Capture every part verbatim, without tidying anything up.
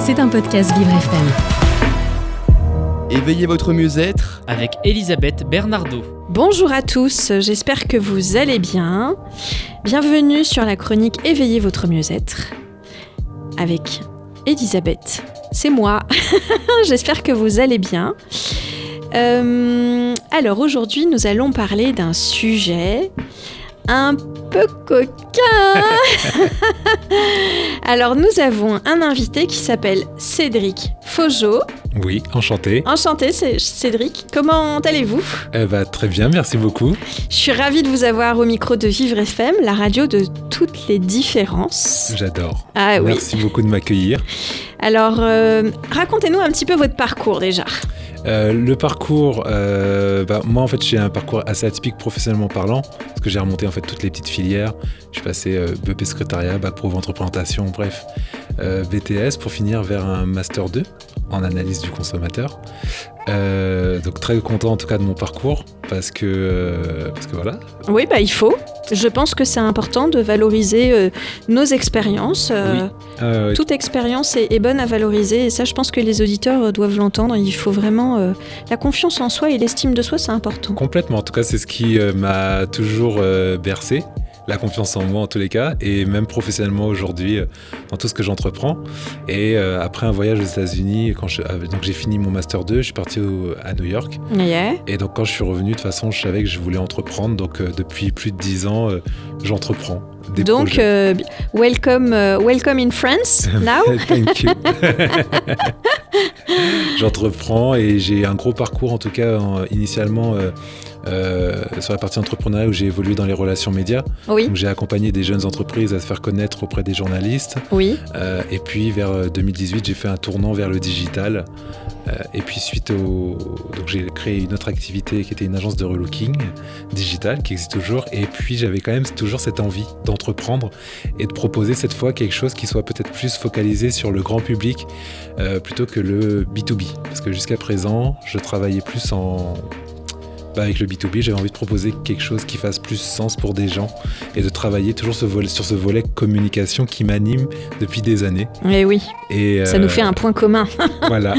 C'est un podcast Vivre F M. Éveillez votre mieux-être avec Elisabeth Bernardo. Bonjour à tous, j'espère que vous allez bien. Bienvenue sur la chronique Éveillez votre mieux-être avec Elisabeth. C'est moi. J'espère que vous allez bien. Euh, alors aujourd'hui, nous allons parler d'un sujet un peu coquin. Alors nous avons un invité qui s'appelle Cédric Faugeot. Oui, enchanté. Enchanté, c'est Cédric. Comment allez-vous ? Eh ben, très bien, merci beaucoup. Je suis ravie de vous avoir au micro de Vivre F M, la radio de toutes les différences. J'adore. Ah oui. Merci beaucoup de m'accueillir. Alors, euh, racontez-nous un petit peu votre parcours déjà. Euh, le parcours, euh, bah, moi en fait j'ai un parcours assez atypique professionnellement parlant, parce que j'ai remonté en fait toutes les petites filières. Je suis passé euh, B E P secrétariat, bac pro vente représentation, bref, euh, B T S pour finir vers un master deux en analyse du consommateur. Euh, donc très content en tout cas de mon parcours parce que, euh, parce que voilà. Oui, bah il faut. Je pense que c'est important de valoriser euh, nos expériences. Euh, oui. euh, toute expérience est, est bonne à valoriser et ça je pense que les auditeurs euh, doivent l'entendre. Il faut vraiment euh, la confiance en soi et l'estime de soi, c'est important. Complètement, en tout cas c'est ce qui euh, m'a toujours euh, bercé. La confiance en moi en tous les cas, et même professionnellement aujourd'hui euh, dans tout ce que j'entreprends. Et euh, après un voyage aux États-Unis, quand je, euh, donc j'ai fini mon master deux, je suis parti au, à New York. Yeah. Et donc quand je suis revenu, de toute façon, je savais que je voulais entreprendre. Donc euh, depuis plus de dix ans, euh, j'entreprends. Des donc euh, welcome, uh, welcome in France now. Thank you. J'entreprends et j'ai un gros parcours en tout cas en, initialement. Euh, Euh, sur la partie entrepreneuriale où j'ai évolué dans les relations médias. Oui. Donc j'ai accompagné des jeunes entreprises à se faire connaître auprès des journalistes. Oui. Euh, et puis vers deux mille dix-huit, j'ai fait un tournant vers le digital. Euh, et puis suite au... Donc j'ai créé une autre activité qui était une agence de relooking digital qui existe toujours. Et puis j'avais quand même toujours cette envie d'entreprendre et de proposer cette fois quelque chose qui soit peut-être plus focalisé sur le grand public euh, plutôt que le B deux B. Parce que jusqu'à présent, je travaillais plus en... avec le B deux B, j'avais envie de proposer quelque chose qui fasse plus sens pour des gens et de travailler toujours ce volet, sur ce volet communication qui m'anime depuis des années. Et oui, et ça euh, nous fait un point commun. Voilà.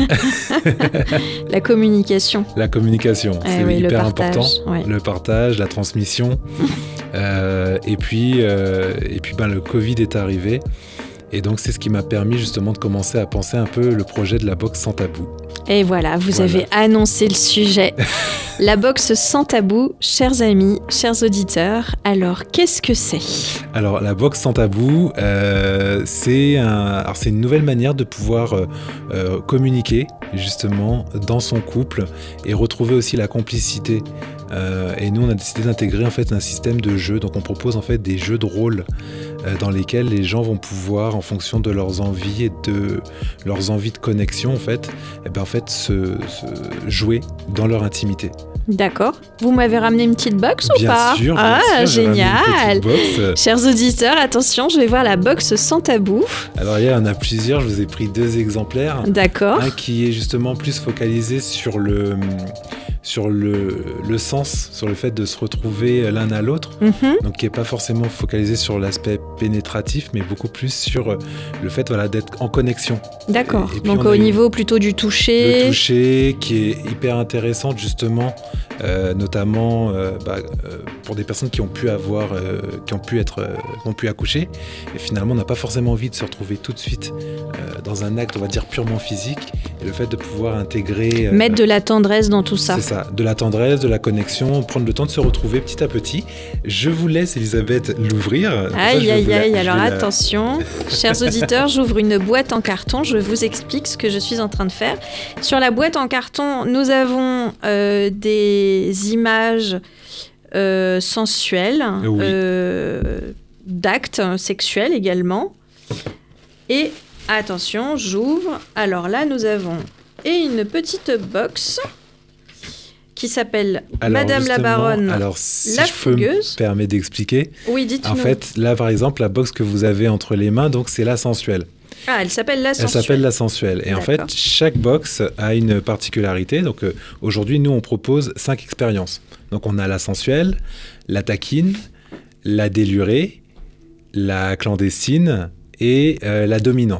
La communication. La communication, eh c'est oui, hyper le partage, important. Ouais. Le partage, la transmission. euh, et puis, euh, et puis ben, le Covid est arrivé. Et donc, c'est ce qui m'a permis justement de commencer à penser un peu le projet de la boxe sans tabou. Et voilà, vous voilà. avez annoncé le sujet. La boxe sans tabou, chers amis, chers auditeurs. Alors, qu'est-ce que c'est ? Alors, la boxe sans tabou, euh, c'est, un, alors, c'est une nouvelle manière de pouvoir euh, euh, communiquer justement dans son couple et retrouver aussi la complicité. Euh, et nous, on a décidé d'intégrer en fait un système de jeu. Donc, on propose en fait des jeux de rôle euh, dans lesquels les gens vont pouvoir, en fonction de leurs envies et de leurs envies de connexion, en fait, et ben, en fait, se, se jouer dans leur intimité. D'accord. Vous m'avez ramené une petite box ou bien pas ? sûr, bien Ah, sûr, génial. Box. Chers auditeurs, attention, je vais voir la box sans tabou. Alors, il y en a plusieurs. Je vous ai pris deux exemplaires. D'accord. Un qui est justement plus focalisé sur le... sur le, le sens, sur le fait de se retrouver l'un à l'autre, Mm-hmm. donc qui n'est pas forcément focalisé sur l'aspect pénétratif, mais beaucoup plus sur le fait voilà, d'être en connexion. D'accord, Et, et puis donc on au a niveau plutôt du toucher. Le toucher, qui est hyper intéressant justement, euh, notamment euh, bah, euh, pour des personnes qui ont pu avoir, euh, qui ont pu être, euh, qui ont pu accoucher, et finalement on n'a pas forcément envie de se retrouver tout de suite euh, dans un acte, on va dire purement physique, et le fait de pouvoir intégrer... Euh, Mettre de la tendresse dans tout ça. C'est ça, de la tendresse, de la connexion, prendre le temps de se retrouver petit à petit. Je vous laisse, Elisabeth, l'ouvrir. Aïe, ça, aïe, aïe, la, alors la... attention. Chers auditeurs, j'ouvre une boîte en carton, je vous explique ce que je suis en train de faire. Sur la boîte en carton, nous avons euh, des images euh, sensuelles, Oui. euh, d'actes sexuels également. Et attention, j'ouvre. Alors là, nous avons et une petite box qui s'appelle alors, Madame la Baronne, alors, si la je peux fougueuse. me permettre d'expliquer. Oui, dites-nous. En fait, là, par exemple, la box que vous avez entre les mains, donc c'est la sensuelle. Ah, elle s'appelle la sensuelle. Elle s'appelle la sensuelle. Et D'accord. en fait, chaque box a une particularité. Donc euh, aujourd'hui, nous, on propose cinq expériences. Donc on a la sensuelle, la taquine, la délurée, la clandestine et euh, la dominante.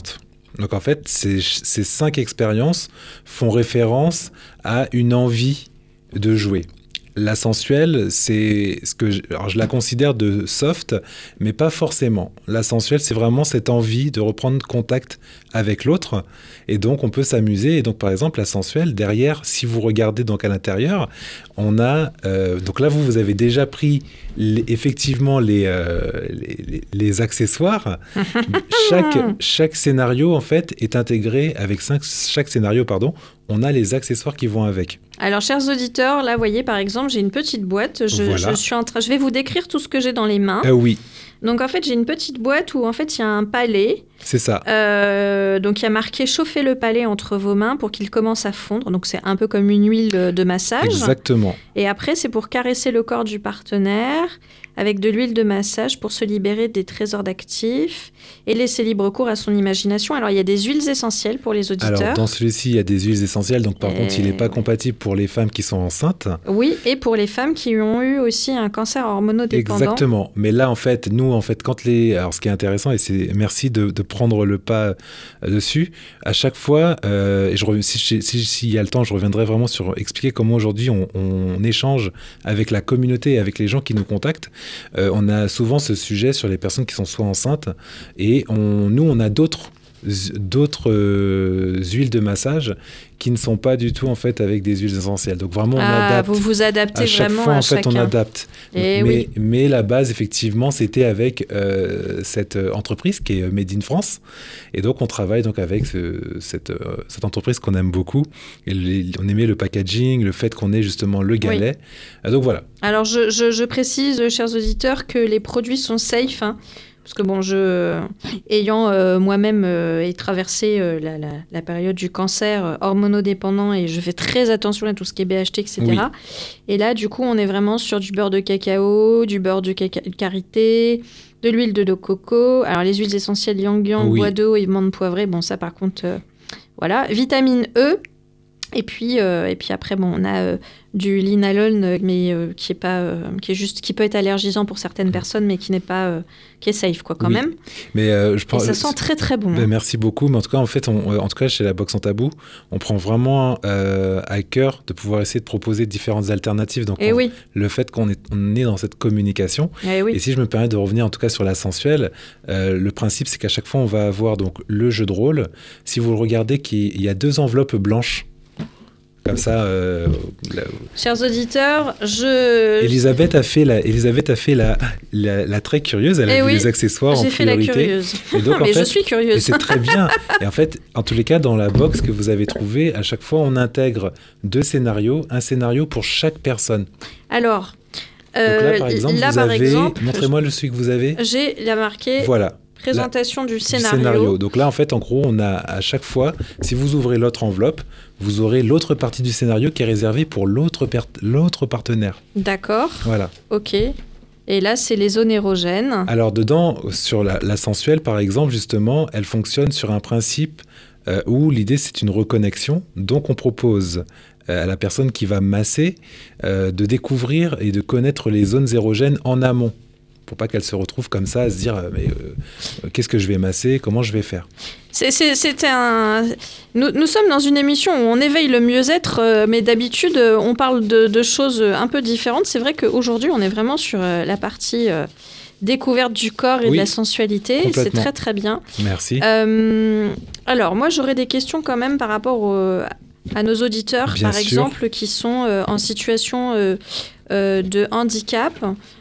Donc en fait, ces, ces cinq expériences font référence à une envie de jouer. La sensuelle, c'est ce que je, alors je la considère de soft, mais pas forcément. La sensuelle, c'est vraiment cette envie de reprendre contact avec l'autre, et donc on peut s'amuser. Et donc par exemple, la sensuelle, derrière, si vous regardez donc à l'intérieur, on a euh, donc là vous vous avez déjà pris les, effectivement les, euh, les, les les accessoires. chaque chaque scénario en fait est intégré avec cinq chaque scénario pardon. On a les accessoires qui vont avec. Alors, chers auditeurs, là, vous voyez, par exemple, j'ai une petite boîte. Je, Voilà. je, suis en train, je vais vous décrire tout ce que j'ai dans les mains. Euh, oui, Donc, en fait, j'ai une petite boîte où, en fait, il y a un palais. c'est ça. Euh, donc, il y a marqué « Chauffez le palais entre vos mains pour qu'il commence à fondre ». Donc, c'est un peu comme une huile de massage. Exactement. Et après, c'est pour caresser le corps du partenaire avec de l'huile de massage pour se libérer des trésors d'actifs et laisser libre cours à son imagination. Alors, il y a des huiles essentielles pour les auditeurs. Alors, dans celui-ci, il y a des huiles essentielles. Donc, par Et- contre, il n'est pas compatible pour les femmes qui sont enceintes. Oui, et pour les femmes qui ont eu aussi un cancer hormonodépendant. Exactement. Mais là, en fait, nous, en fait, quand les... Alors, ce qui est intéressant, et c'est merci de, de prendre le pas euh, dessus, à chaque fois, euh, et je reviens, si, si, si- s'il y a le temps, je reviendrai vraiment sur expliquer comment aujourd'hui on, on échange avec la communauté et avec les gens qui nous contactent. Euh, on a souvent ce sujet sur les personnes qui sont soit enceintes, et on, nous, on a d'autres d'autres euh, huiles de massage qui ne sont pas du tout en fait avec des huiles essentielles. Donc vraiment on Ah, adapte. vous vous adaptez À chaque vraiment fois, à en fait, chacun. on adapte. Eh mais, oui. mais la base, effectivement, c'était avec euh, cette euh, entreprise qui est Made in France. Et donc, on travaille donc avec ce- cette, euh, cette entreprise qu'on aime beaucoup. Et les- on aimait le packaging, le fait qu'on ait justement le galet. Euh, donc voilà. Alors, je, je- je précise, chers auditeurs, que les produits sont safe. hein, parce que, bon, je, ayant euh, moi-même euh, et traversé euh, la, la- la période du cancer euh, hormonodépendant, et je fais très attention à tout ce qui est B H T, et cetera. Et là, du coup, on est vraiment sur du beurre de cacao, du beurre de caca- de karité, de l'huile de coco. Alors, les huiles essentielles yang yang, Oui. bois d'eau et menthe poivrée. Bon, ça, par contre, euh, voilà. Vitamine E. Et puis, euh, et puis après, bon, on a euh, du linalone, euh, mais euh, qui est pas, euh, qui est juste, qui peut être allergisant pour certaines personnes, mais qui n'est pas, euh, qui est safe, quoi, quand Oui. même. Mais euh, je Et prends- ça sent très très bon. Ben, hein. merci beaucoup. Mais en tout cas, en fait, on- en tout cas, chez la Boxe en Tabou, on prend vraiment euh, à cœur de pouvoir essayer de proposer différentes alternatives. Donc, Et on- oui, le fait qu'on est, on est dans cette communication. et oui. Et si je me permets de revenir en tout cas sur la sensuelle, euh, le principe c'est qu'à chaque fois on va avoir donc le jeu de rôle. Si vous le regardez, qui- il y a deux enveloppes blanches. Comme ça, euh, la- Chers auditeurs, je, Elisabeth a fait la, Elisabeth a fait la, la, la très curieuse. Elle a Eh vu oui, les accessoires en j'ai fait la priorité. curieuse. Et donc, en mais fait, je suis et curieuse. c'est très bien. Et en fait, en tous les cas, dans la box que vous avez trouvée, à chaque fois, on intègre deux scénarios, un scénario pour chaque personne. Alors, Donc euh, là, par exemple, là, vous par avez... exemple, Montrez-moi le celui que vous avez. j'ai la marqué Voilà. présentation du Du scénario. Donc là, en fait, en gros, on a à chaque fois, si vous ouvrez l'autre enveloppe, vous aurez l'autre partie du scénario qui est réservée pour l'autre per- l'autre partenaire. D'accord, Voilà. ok. Et là, c'est les zones érogènes. Alors dedans, sur la, la sensuelle, par exemple, justement, elle fonctionne sur un principe euh, où l'idée, c'est une reconnexion. Donc on propose euh, à la personne qui va masser euh, de découvrir et de connaître les zones érogènes en amont, pour pas qu'elle se retrouve comme ça à se dire euh, mais euh, qu'est-ce que je vais masser, comment je vais faire. C'est, c'est, c'est un... nous, nous sommes dans une émission où on éveille le mieux-être, euh, mais d'habitude, euh, on parle de, de choses un peu différentes. C'est vrai qu'aujourd'hui, on est vraiment sur euh, la partie euh, découverte du corps et Oui, de la sensualité. C'est complètement. très, très bien. Merci. Euh, alors, moi, j'aurais des questions quand même par rapport au- à nos auditeurs, Bien par sûr. exemple, qui sont euh, en situation euh, euh, de handicap.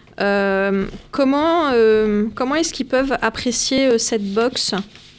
Euh, comment euh, comment est-ce qu'ils peuvent apprécier euh, cette box ?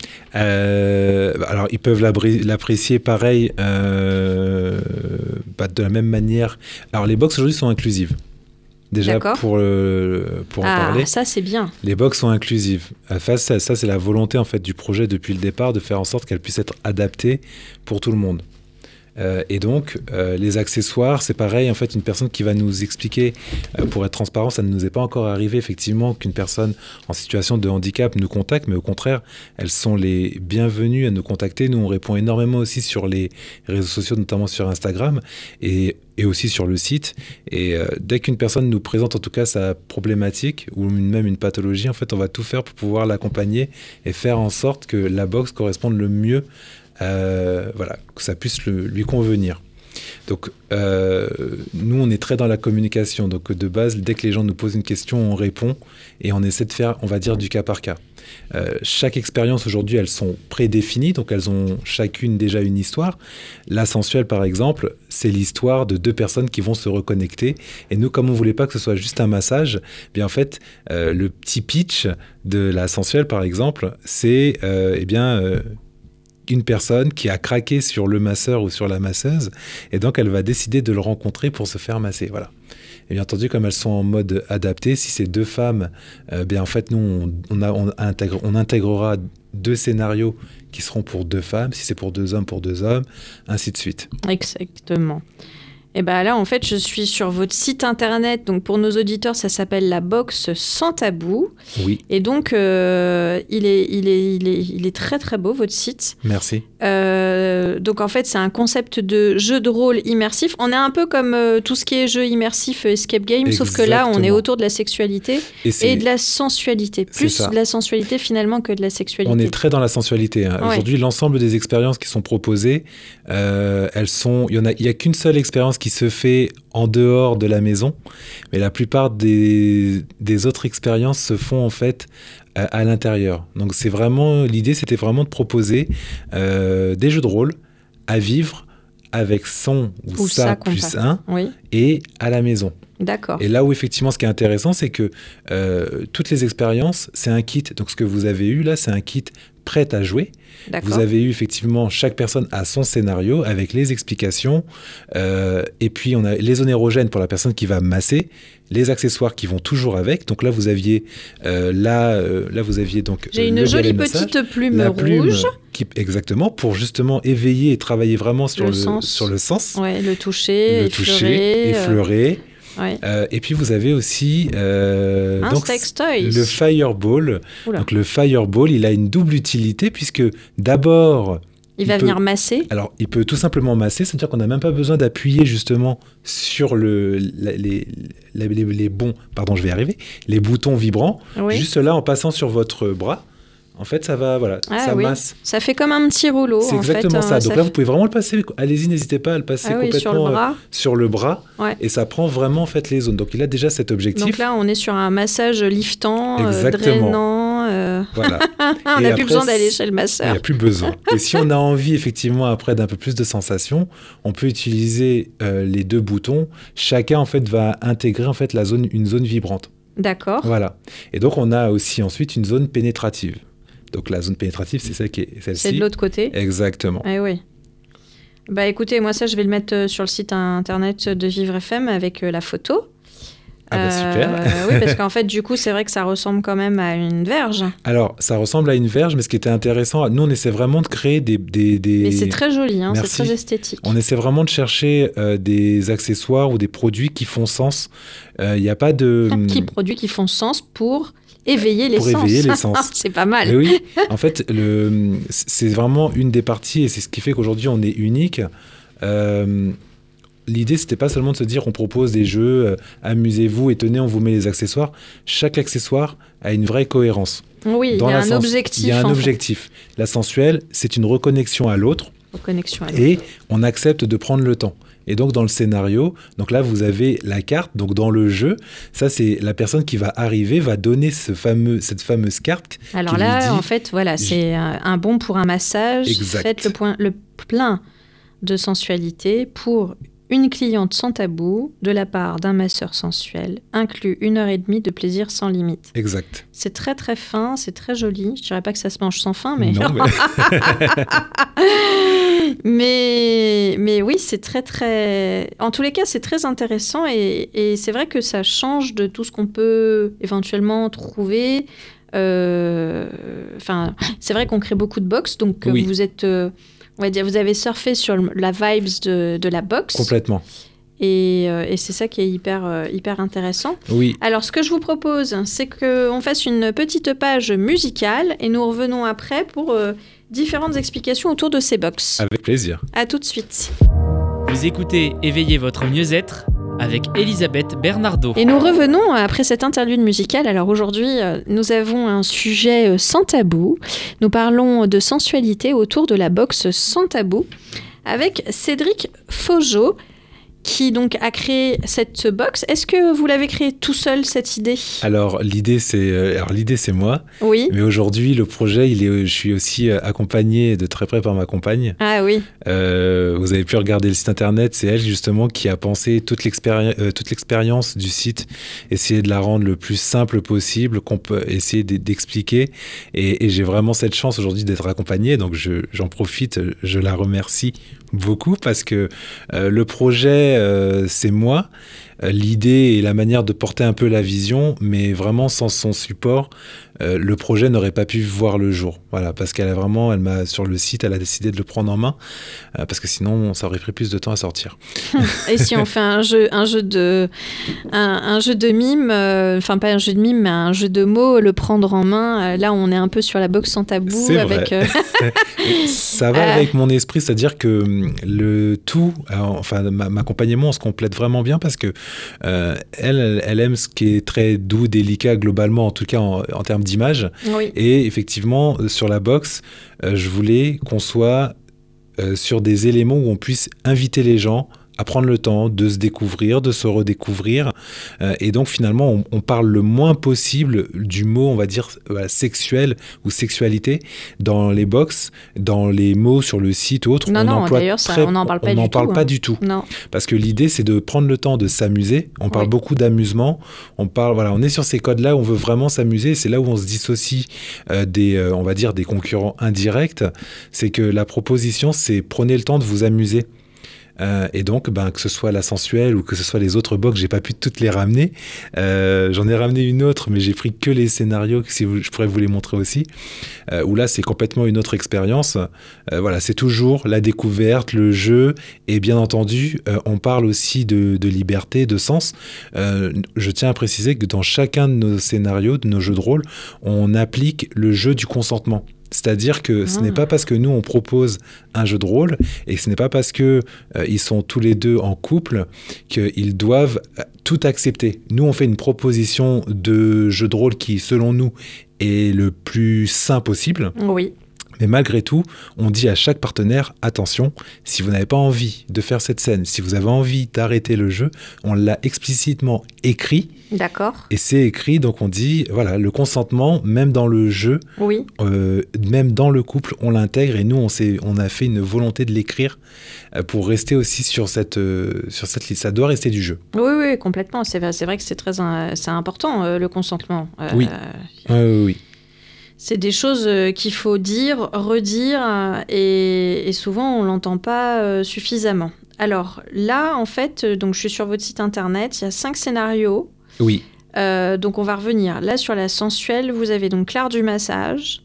Euh, alors, ils peuvent l'abri- l'apprécier pareil, euh, bah, de la même manière. Alors, les box aujourd'hui sont inclusives. Déjà, D'accord. pour, euh, pour en Ah, parler, ça, c'est bien. les box sont inclusives. Euh, face à ça, c'est la volonté en fait du projet depuis le départ de faire en sorte qu'elles puissent être adaptées pour tout le monde. Euh, et donc, euh, les accessoires, c'est pareil. En fait, une personne qui va nous expliquer, euh, pour être transparent, ça ne nous est pas encore arrivé, effectivement, qu'une personne en situation de handicap nous contacte, mais au contraire, elles sont les bienvenues à nous contacter. Nous, on répond énormément aussi sur les réseaux sociaux, notamment sur Instagram et, et aussi sur le site. Et euh, dès qu'une personne nous présente, en tout cas, sa problématique ou même une pathologie, en fait, on va tout faire pour pouvoir l'accompagner et faire en sorte que la box corresponde le mieux, euh, voilà, que ça puisse le, lui convenir. Donc, euh, nous, on est très dans la communication. Donc, de base, dès que les gens nous posent une question, on répond et on essaie de faire, on va dire, du cas par cas. Euh, chaque expérience, aujourd'hui, elles sont prédéfinies, donc elles ont chacune déjà une histoire. La sensuelle, par exemple, c'est l'histoire de deux personnes qui vont se reconnecter. Et nous, comme on ne voulait pas que ce soit juste un massage, bien en fait, euh, le petit pitch de la sensuelle, par exemple, c'est euh, eh bien... Euh, une personne qui a craqué sur le masseur ou sur la masseuse, et donc elle va décider de le rencontrer pour se faire masser. Voilà. Et bien entendu, comme elles sont en mode adapté, si c'est deux femmes, euh, bien en fait, nous, on, on, a, on, intègre, on intégrera deux scénarios qui seront pour deux femmes, si c'est pour deux hommes, pour deux hommes, ainsi de suite. Exactement. Et bien là, en fait, je suis sur votre site internet. Donc, pour nos auditeurs, ça s'appelle La Box Sans Tabou. Oui. Et donc, euh, il, est, il, est, il, est, il est très, très beau, votre site. Merci. Euh, donc, en fait, c'est un concept de jeu de rôle immersif. On est un peu comme euh, tout ce qui est jeu immersif, euh, escape game, Exactement. Sauf que là, on est autour de la sexualité et, et de la sensualité. Plus de la sensualité, finalement, que de la sexualité. On est très dans la sensualité. Hein. Ouais. Aujourd'hui, l'ensemble des expériences qui sont proposées, euh, elles sont... il n'y a, a qu'une seule expérience qui se fait en dehors de la maison, mais la plupart des, des autres expériences se font en fait à, à l'intérieur. Donc c'est vraiment, l'idée c'était vraiment de proposer euh, des jeux de rôle à vivre avec son ou, ou ça plus un, oui. Et à la maison. D'accord. Et là où effectivement ce qui est intéressant, c'est que euh, toutes les expériences, c'est un kit. Donc ce que vous avez eu là, c'est un kit prêt à jouer. D'accord. Vous avez eu effectivement, chaque personne a son scénario avec les explications. Euh, et puis on a les zones érogènes pour la personne qui va masser, les accessoires qui vont toujours avec. Donc là vous aviez, euh, là, euh, là vous aviez donc. J'ai une jolie petite massage, plume, la plume rouge. Qui, exactement, pour justement éveiller et travailler vraiment sur le, le, sens. Sur le sens. Ouais, le toucher, le effleurer, toucher, effleurer. Ouais. Euh, et puis vous avez aussi euh, un donc, sextoy. Le Fireball. Oula. Donc le Fireball, il a une double utilité puisque d'abord il, il va peut, venir masser. Alors il peut tout simplement masser, c'est-à-dire qu'on n'a même pas besoin d'appuyer justement sur le, la, les, les, les, les bons, pardon, je vais y arriver, les boutons vibrants. Oui. Juste là, en passant sur votre bras. En fait, ça va, voilà, ah, ça oui. masse. Ça fait comme un petit rouleau. C'est en exactement fait, ça. euh, Donc ça là, fait... vous pouvez vraiment le passer. Allez-y, n'hésitez pas à le passer ah, oui, complètement sur le bras. Euh, sur le bras. Ouais. Et ça prend vraiment en fait les zones. Donc il a déjà cet objectif. Donc là, on est sur un massage liftant, euh, drainant. Euh... Voilà. on n'a plus besoin d'aller chez le masseur. Il n'y a plus besoin. Et si on a envie effectivement après d'un peu plus de sensations, on peut utiliser euh, les deux boutons. Chacun en fait va intégrer en fait la zone, une zone vibrante. D'accord. Voilà. Et donc on a aussi ensuite une zone pénétrative. Donc la zone pénétrative, c'est celle qui est celle-ci. C'est de l'autre côté. Exactement. Ah oui. Bah écoutez, moi ça, je vais le mettre sur le site internet de Vivre F M avec la photo. Ah bah super. Euh, oui, parce qu'en fait, du coup, c'est vrai que ça ressemble quand même à une verge. Alors, ça ressemble à une verge, mais ce qui était intéressant, nous, on essaie vraiment de créer des... des, des... Mais c'est très joli, hein, c'est très esthétique. On essaie vraiment de chercher euh, des accessoires ou des produits qui font sens. Il euh, n'y a pas de... Qui produits qui font sens pour... éveiller les pour sens. éveiller les sens. C'est pas mal. Mais oui, en fait, le, c'est vraiment une des parties, et c'est ce qui fait qu'aujourd'hui, on est unique. Euh, l'idée, c'était pas seulement de se dire, on propose des jeux, euh, amusez-vous, et tenez, on vous met les accessoires. Chaque accessoire a une vraie cohérence. Oui, il y a un sens... objectif. Il y a un objectif. Fait. La sensuelle, c'est une reconnexion à l'autre. Reconnexion à l'autre. Et on accepte de prendre le temps. Et donc, dans le scénario, donc là, vous avez la carte. Donc, dans le jeu, ça, c'est la personne qui va arriver, va donner ce fameux, cette fameuse carte. Alors là, dit, en fait, voilà, c'est un bon pour un massage. Exact. Faites le, point, le plein de sensualité pour une cliente sans tabou de la part d'un masseur sensuel, inclut une heure et demie de plaisir sans limite. Exact. C'est très, très fin, c'est très joli. Je dirais pas que ça se mange sans fin, mais... Non, mais... mais... mais oui, c'est très, très... En tous les cas, c'est très intéressant et, et c'est vrai que ça change de tout ce qu'on peut éventuellement trouver. Euh... Enfin, c'est vrai qu'on crée beaucoup de box, donc oui. vous êtes... Euh... On va dire, vous avez surfé sur le- la vibes de, de la box. Complètement. Et, euh, et c'est ça qui est hyper, euh, hyper intéressant. Oui. Alors, ce que je vous propose, c'est qu'on fasse une petite page musicale et nous revenons après pour euh, différentes explications autour de ces box. Avec plaisir. À tout de suite. Vous écoutez Éveillez votre mieux-être avec Elisabeth Bernardo. Et nous revenons après cette interlude musicale. Alors aujourd'hui, euh, nous avons un sujet euh, sans tabou. Nous parlons de sensualité autour de la boxe sans tabou avec Cédric Faugeot, qui donc a créé cette box. Est-ce que vous l'avez créée tout seul, cette idée ? Alors l'idée c'est euh, alors l'idée c'est moi, Oui. mais aujourd'hui le projet il est je suis aussi euh, accompagné de très près par ma compagne. Ah oui. Euh, vous avez pu regarder le site internet, c'est elle justement qui a pensé toute l'expérience euh, toute l'expérience du site, essayer de la rendre le plus simple possible, qu'on peut essayer d- d'expliquer et, et j'ai vraiment cette chance aujourd'hui d'être accompagné, donc je, j'en profite, je la remercie beaucoup parce que euh, le projet euh, c'est moi, euh, l'idée et la manière de porter un peu la vision, mais vraiment sans son support euh, le projet n'aurait pas pu voir le jour, voilà, parce qu'elle a vraiment, elle m'a sur le site, elle a décidé de le prendre en main euh, parce que sinon ça aurait pris plus de temps à sortir. Et si on fait un jeu, un jeu de, un, un jeu de mime, enfin euh, pas un jeu de mime, mais un jeu de mots, le prendre en main. Euh, là, on est un peu sur la boxe sans tabou. C'est avec. vrai. Euh... ça va avec mon esprit, c'est-à-dire que le tout, alors, enfin ma, ma compagne et moi, on se complète vraiment bien parce que euh, elle, elle aime ce qui est très doux, délicat globalement, en tout cas en, en termes d'image. Oui. Et effectivement, sur la boxe, euh, je voulais qu'on soit euh, sur des éléments où on puisse inviter les gens à prendre le temps de se découvrir, de se redécouvrir. Euh, et donc, finalement, on, on parle le moins possible du mot, on va dire, euh, sexuel ou sexualité dans les box, dans les mots sur le site ou autre. Non, on non, emploie d'ailleurs, ça, très, on n'en parle pas on du n'en tout. parle hein. pas du tout. Non. Parce que l'idée, c'est de prendre le temps de s'amuser. On parle Oui. beaucoup d'amusement. On parle, voilà, on est sur ces codes-là où on veut vraiment s'amuser. C'est là où on se dissocie euh, des, euh, on va dire, des concurrents indirects. C'est que la proposition, c'est prenez le temps de vous amuser. Euh, et donc, ben, que ce soit la sensuelle ou que ce soit les autres box, j'ai pas pu toutes les ramener. Euh, j'en ai ramené une autre, mais j'ai pris que les scénarios, que si vous, je pourrais vous les montrer aussi. Euh, où là, c'est complètement une autre expérience. Euh, voilà, c'est toujours la découverte, le jeu, et bien entendu, euh, on parle aussi de, de liberté, de sens. Euh, je tiens à préciser que dans chacun de nos scénarios, de nos jeux de rôle, on applique le jeu du consentement. C'est-à-dire que ce Ah. n'est pas parce que nous, on propose un jeu de rôle et ce n'est pas parce qu'ils euh, sont tous les deux en couple qu'ils doivent tout accepter. Nous, on fait une proposition de jeu de rôle qui, selon nous, est le plus sain possible. Oui. Mais malgré tout, on dit à chaque partenaire, attention, si vous n'avez pas envie de faire cette scène, si vous avez envie d'arrêter le jeu, on l'a explicitement écrit. D'accord. Et c'est écrit, donc on dit, voilà, le consentement, même dans le jeu, Oui. euh, même dans le couple, on l'intègre. Et nous, on, s'est, on a fait une volonté de l'écrire euh, pour rester aussi sur cette, euh, sur cette liste. Ça doit rester du jeu. Oui, oui, complètement. C'est, vrai- c'est vrai que c'est très euh, c'est important, euh, le consentement. Euh, Oui. Euh, oui. C'est des choses euh, qu'il faut dire, redire, euh, et, et souvent on l'entend pas euh, suffisamment. Alors là, en fait, euh, donc je suis sur votre site internet, il y a cinq scénarios. Oui. Euh, donc on va revenir. Là, sur la sensuelle, vous avez donc l'art du massage.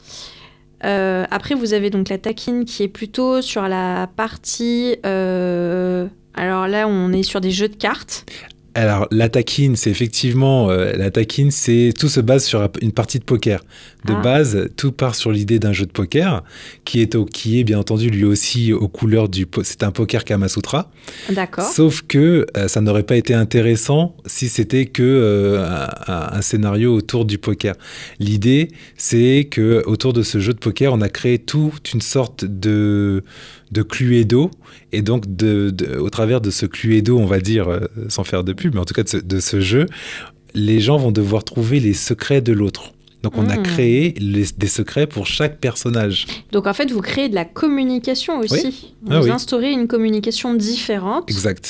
Euh, après, vous avez donc la taquine qui est plutôt sur la partie... euh, alors là, on est sur des jeux de cartes. Alors, la taquine, c'est effectivement... Euh, la taquine, c'est... Tout se base sur une partie de poker. De Ah. base, tout part sur l'idée d'un jeu de poker, qui est, au, qui est bien entendu lui aussi aux couleurs du... po- C'est un poker Kamasutra. D'accord. Sauf que euh, ça n'aurait pas été intéressant si c'était que euh, un, un scénario autour du poker. L'idée, c'est que autour de ce jeu de poker, on a créé toute une sorte de, de Cluedo. Et donc, de, de, au travers de ce Cluedo, on va dire, euh, sans faire de pub, mais en tout cas de ce, de ce jeu, les gens vont devoir trouver les secrets de l'autre. Donc, on Mmh. a créé les, des secrets pour chaque personnage. Donc en fait, vous créez de la communication aussi. Ah Vous oui. instaurez une communication différente. Exact.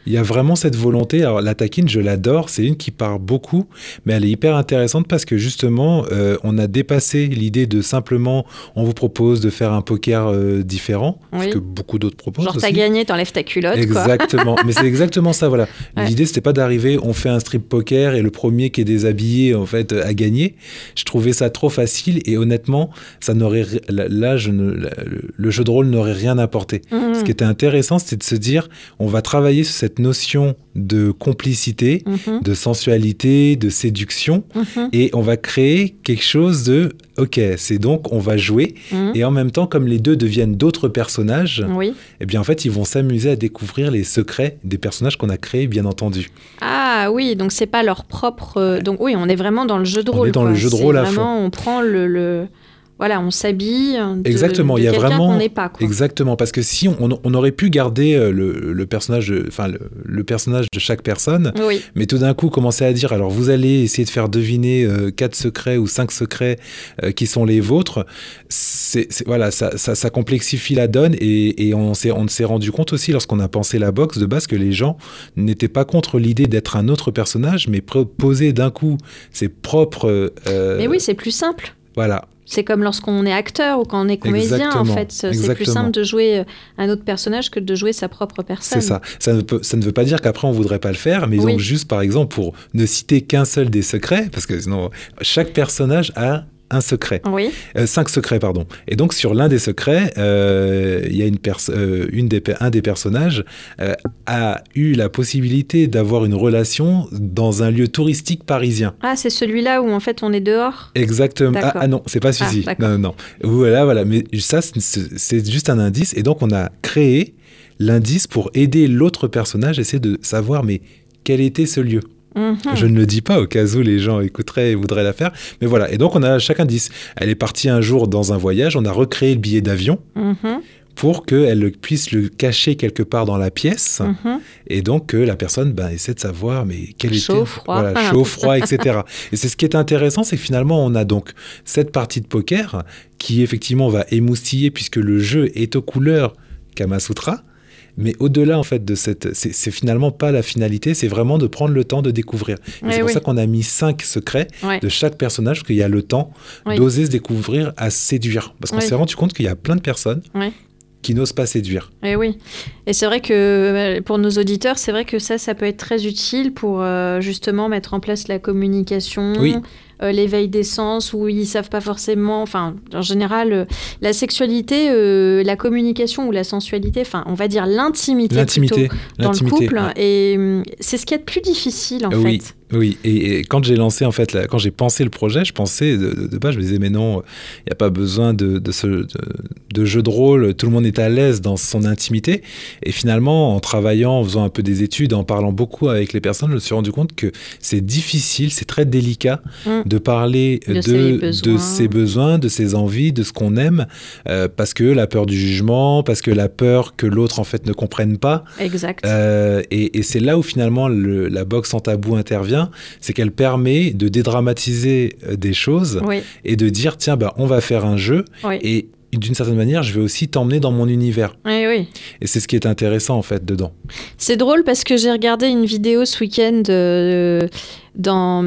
Il y a vraiment cette volonté. Alors, la taquine, je l'adore. C'est une qui part beaucoup, mais elle est hyper intéressante parce que justement, euh, on a dépassé l'idée de simplement, on vous propose de faire un poker euh, différent, Oui. ce que beaucoup d'autres proposent. Genre, aussi. t'as gagné, t'enlèves ta culotte, quoi. Exactement. Mais c'est exactement ça, voilà. Ouais. L'idée, c'était pas d'arriver, on fait un strip poker et le premier qui est déshabillé, en fait, a gagné. Je trouvais ça trop facile et honnêtement, ça n'aurait, là, je ne, le jeu de rôle n'aurait rien apporté. Mmh. Ce qui était intéressant, c'était de se dire, on va travailler sur cette notion de complicité, Mmh. de sensualité, de séduction, Mmh. et on va créer quelque chose de, ok, c'est donc, on va jouer, Mmh. et en même temps, comme les deux deviennent d'autres personnages, Oui. eh bien, en fait, ils vont s'amuser à découvrir les secrets des personnages qu'on a créés, bien entendu. Ah oui, donc c'est pas leur propre... euh, Donc oui, on est vraiment dans le jeu de On rôle. est dans quoi. le jeu de C'est rôle à vraiment, on prend le... le... Voilà, on s'habille de, Exactement, de il y a quelqu'un vraiment- qu'on n'est pas. Quoi. Exactement, parce que si on, on aurait pu garder euh, le, le personnage, de, enfin le, le personnage de chaque personne, Oui, mais tout d'un coup commencer à dire, alors vous allez essayer de faire deviner euh, quatre secrets ou cinq secrets euh, qui sont les vôtres, c'est, c'est- voilà, ça, ça, ça complexifie la donne et, et on, s'est, on s'est rendu compte aussi lorsqu'on a pensé la boxe de base que les gens n'étaient pas contre l'idée d'être un autre personnage, mais proposer d'un coup ses propres... euh, mais oui, c'est plus simple. Voilà. C'est comme lorsqu'on est acteur ou quand on est comédien, Exactement, en fait. C'est plus exactement. simple de jouer un autre personnage que de jouer sa propre personne. C'est ça. Ça ne, peut, ça ne veut pas dire qu'après on voudrait pas le faire, mais Oui. donc juste par exemple pour ne citer qu'un seul des secrets, parce que sinon chaque personnage a un secret, Oui, euh, cinq secrets pardon. Et donc sur l'un des secrets, euh, il y a une pers- euh, une des pe- un des personnages euh, a eu la possibilité d'avoir une relation dans un lieu touristique parisien. ah, c'est celui-là où en fait on est dehors. Exactement. Ah, D'accord. ah non, c'est pas celui-ci. Ah, d'accord. non, non, non. Voilà, voilà. Mais ça, c'est, c'est juste un indice. Et donc, on a créé l'indice pour aider l'autre personnage à essayer de savoir, mais quel était ce lieu. Mhm. Je ne le dis pas au cas où les gens écouteraient et voudraient la faire. Mais voilà. Et donc, on a chaque indice. Elle est partie un jour dans un voyage. On a recréé le billet d'avion Mhm. pour qu'elle puisse le cacher quelque part dans la pièce. Mhm. Et donc, que la personne ben, essaie de savoir, mais quel Chaud, était... froid. Voilà, chaud, froid, et cetera. Et c'est ce qui est intéressant, c'est que finalement, on a donc cette partie de poker qui, effectivement, va émoustiller puisque le jeu est aux couleurs Kamasutra. Mais au-delà, en fait, de cette... C'est, c'est finalement pas la finalité, c'est vraiment de prendre le temps de découvrir. Et Oui, c'est pour oui. ça qu'on a mis cinq secrets Ouais. de chaque personnage, parce qu'il y a le temps Oui. d'oser se découvrir à séduire. Parce qu'on Oui. s'est rendu compte qu'il y a plein de personnes Ouais. qui n'osent pas séduire. Et oui. Et c'est vrai que euh, pour nos auditeurs, c'est vrai que ça, ça peut être très utile pour euh, justement mettre en place la communication, Oui. euh, l'éveil des sens, où ils savent pas forcément. Enfin, en général, euh, la sexualité, euh, la communication ou la sensualité, enfin, on va dire l'intimité, L'intimité. plutôt, dans l'intimité. le couple. Ouais. Et hum, c'est ce qui est le plus difficile, en Oui. fait. Oui, et, et quand j'ai lancé, en fait, la- quand j'ai pensé le projet, je pensais, de, de, de base, je me disais, mais non, il n'y a pas besoin de, de, ce, de, de jeu de rôle, tout le monde est à l'aise dans son intimité. Et finalement, en travaillant, en faisant un peu des études, en parlant beaucoup avec les personnes, je me suis rendu compte que c'est difficile, c'est très délicat Mm. de parler De de, ses de besoins. ses besoins, de ses envies, de ce qu'on aime, euh, parce que la peur du jugement, parce que la peur que l'autre, en fait, ne comprenne pas. Exact. Euh, et, et c'est là où finalement le, la boxe sans tabou intervient, c'est qu'elle permet de dédramatiser euh, des choses Oui, et de dire tiens bah, on va faire un jeu oui. et d'une certaine manière je vais aussi t'emmener dans mon univers Oui, oui. et c'est ce qui est intéressant en fait dedans. C'est drôle parce que j'ai regardé une vidéo ce week-end euh, dans,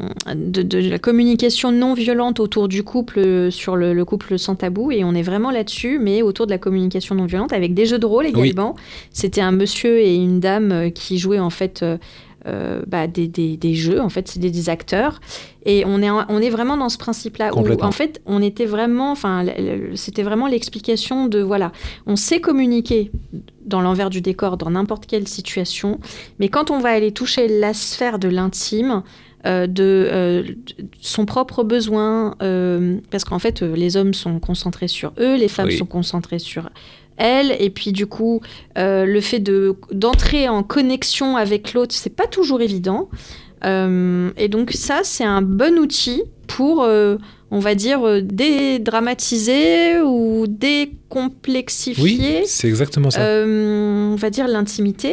de, de la communication non violente autour du couple, euh, sur le, le couple sans tabou, et on est vraiment là-dessus, mais autour de la communication non violente, avec des jeux de rôle également. C'était un monsieur et une dame euh, qui jouaient en fait euh, euh, bah, des, des, des jeux, en fait, c'est des, des acteurs. Et on est, en- on est vraiment dans ce principe-là, où Complètement. en fait, on était vraiment, enfin, le- le- c'était vraiment l'explication de, voilà, on sait communiquer dans l'envers du décor, dans n'importe quelle situation, mais quand on va aller toucher la sphère de l'intime, euh, de euh, de son propre besoin, euh, parce qu'en fait, euh, les hommes sont concentrés sur eux, les femmes Oui. sont concentrées sur elles, et puis du coup, euh, le fait de, d'entrer en connexion avec l'autre, c'est pas toujours évident. Euh, et donc ça, c'est un bon outil pour, euh, on va dire, euh, dédramatiser ou décomplexifier, Oui, c'est exactement ça. euh, on va dire, l'intimité.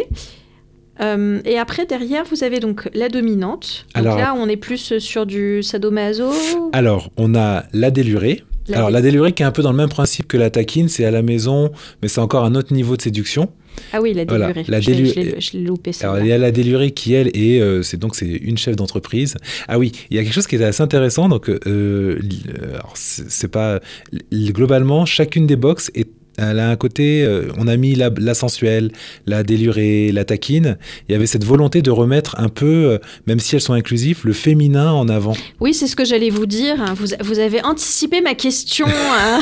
Euh, et après, derrière, vous avez donc la dominante. Donc Alors- là, on est plus sur du sadomaso. Alors on a la délurée La Alors dé- la délurée qui est un peu dans le même principe que la taquine, c'est à la maison, mais c'est encore un autre niveau de séduction. Ah oui, la Voilà, délurée. la Je l'ai- délu- je l'ai- je l'ai loupé, Alors celle-là. il y a la délurée qui elle est, euh, c'est donc c'est une chef d'entreprise. Ah oui, il y a quelque chose qui est assez intéressant. Donc euh, l- alors, c'est, c'est pas l- globalement chacune des box est elle a un côté, euh, on a mis la, la sensuelle, la délurée, la taquine. Il y avait cette volonté de remettre un peu, euh, même si elles sont inclusives, le féminin en avant. Oui, c'est ce que j'allais vous dire. Vous, vous avez anticipé ma question. hein.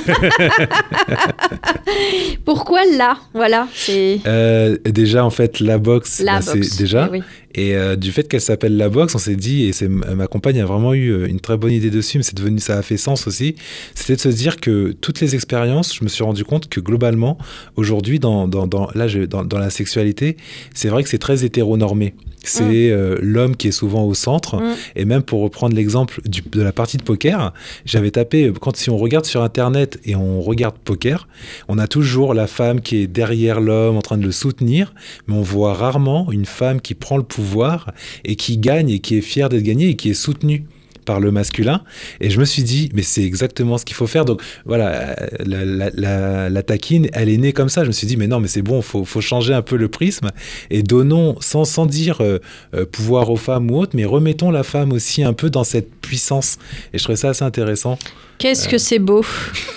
Pourquoi là Voilà, c'est Euh, déjà, en fait, la box, la bah, box. c'est déjà. Eh oui. Et euh, du fait qu'elle s'appelle la box, on s'est dit, et c'est, ma compagne a vraiment eu euh, une très bonne idée dessus, mais c'est devenu, ça a fait sens aussi, c'était de se dire que toutes les expériences, je me suis rendu compte que globalement, aujourd'hui, dans, dans, dans, là, je- dans, dans la sexualité, c'est vrai que c'est très hétéronormé. C'est Mm. euh, l'homme qui est souvent au centre. Mm. Et même pour reprendre l'exemple du- de la partie de poker, j'avais tapé, quand si on regarde sur Internet et on regarde poker, on a toujours la femme qui est derrière l'homme en train de le soutenir, mais on voit rarement une femme qui prend le pouvoir et qui gagne et qui est fière d'être gagnée et qui est soutenue par le masculin. Et je me suis dit, mais c'est exactement ce qu'il faut faire. Donc voilà, euh, la, la, la, la taquine, elle est née comme ça. Je me suis dit, mais non, mais c'est bon, il faut, faut changer un peu le prisme et donnons, sans, sans dire euh, euh, pouvoir aux femmes ou autre, mais remettons la femme aussi un peu dans cette puissance. Et je trouvais ça assez intéressant. Qu'est-ce que c'est beau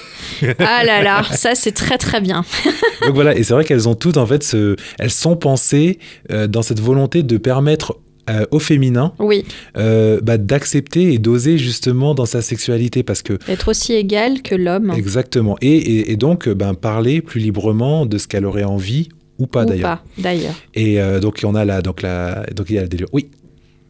Ah là là, ça c'est très très bien. Donc voilà, et c'est vrai qu'elles ont toutes, en fait, ce, elles sont pensées euh, dans cette volonté de permettre euh, au féminin Oui, euh, bah, d'accepter et d'oser justement dans sa sexualité, parce que être aussi égal que l'homme. exactement, et, et, et donc euh, ben, parler plus librement de ce qu'elle aurait envie ou pas Ou d'ailleurs. pas, d'ailleurs. Et euh, donc on a la, donc la, donc il y a la délurée. Oui.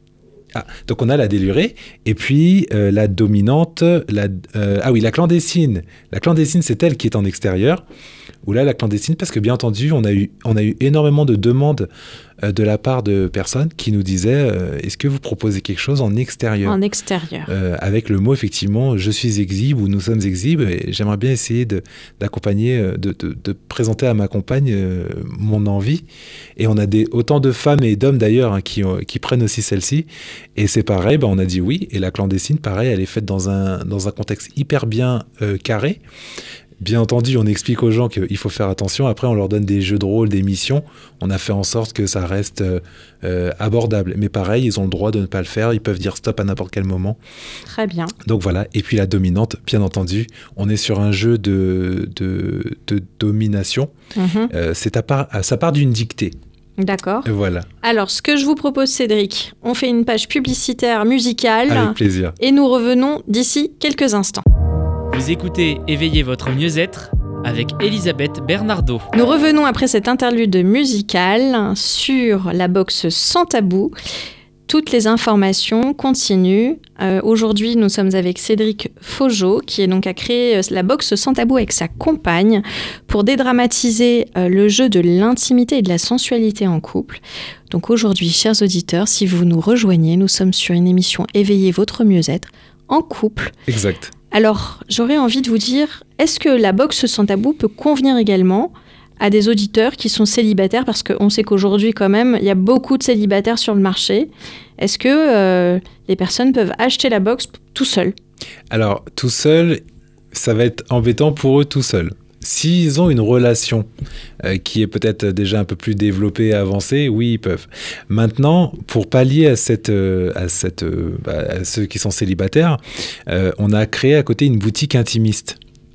Ah, donc on a la délurée et puis euh, la dominante, la, euh, ah oui, la clandestine. La clandestine, c'est elle qui est en extérieur. Ou là, la clandestine, parce que bien entendu, on a eu, on a eu énormément de demandes euh, de la part de personnes qui nous disaient euh, est-ce que vous proposez quelque chose en extérieur En extérieur. Euh, avec le mot effectivement je suis exhibe ou nous sommes exhibes, et j'aimerais bien essayer de, d'accompagner, euh, de, de, de présenter à ma compagne euh, mon envie. Et on a des, autant de femmes et d'hommes d'ailleurs hein, qui, ont- qui prennent aussi celle-ci, et c'est pareil, ben, on a dit oui. Et la clandestine, pareil, elle est faite dans un, dans un contexte hyper bien euh, carré. Bien entendu, on explique aux gens qu'il faut faire attention. Après, on leur donne des jeux de rôle, des missions. On a fait en sorte que ça reste euh, euh, abordable. Mais pareil, ils ont le droit de ne pas le faire. Ils peuvent dire stop à n'importe quel moment. Très bien. Donc voilà. Et puis la dominante, bien entendu, on est sur un jeu de, de, de domination. Mhm. Euh, c'est à part, ça part d'une dictée. D'accord. Et voilà. Alors, ce que je vous propose, Cédric, on fait une page publicitaire musicale Avec plaisir. et nous revenons d'ici quelques instants. Vous écoutez Éveillez votre mieux-être avec Elisabeth Bernardo. Nous revenons après cette interlude musicale sur la box Sans Tabou. Toutes les informations continuent. Euh, aujourd'hui, nous sommes avec Cédric Faugeot, qui est donc a créé euh, la box Sans Tabou avec sa compagne pour dédramatiser euh, le jeu de l'intimité et de la sensualité en couple. Donc aujourd'hui, chers auditeurs, si vous nous rejoignez, nous sommes sur une émission Éveillez votre mieux-être en couple. Exact. Alors, j'aurais envie de vous dire, est-ce que la box Sans Tabou peut convenir également à des auditeurs qui sont célibataires, parce qu'on sait qu'aujourd'hui, quand même, il y a beaucoup de célibataires sur le marché. Est-ce que euh, les personnes peuvent acheter la box tout seul ? Alors, tout seul, ça va être embêtant pour eux tout seuls. S'ils ont une relation euh, qui est peut-être déjà un peu plus développée et avancée, oui, ils peuvent. Maintenant, pour pallier à, cette, euh, à, cette, euh, bah, à ceux qui sont célibataires, euh, on a créé à côté une boutique intimiste.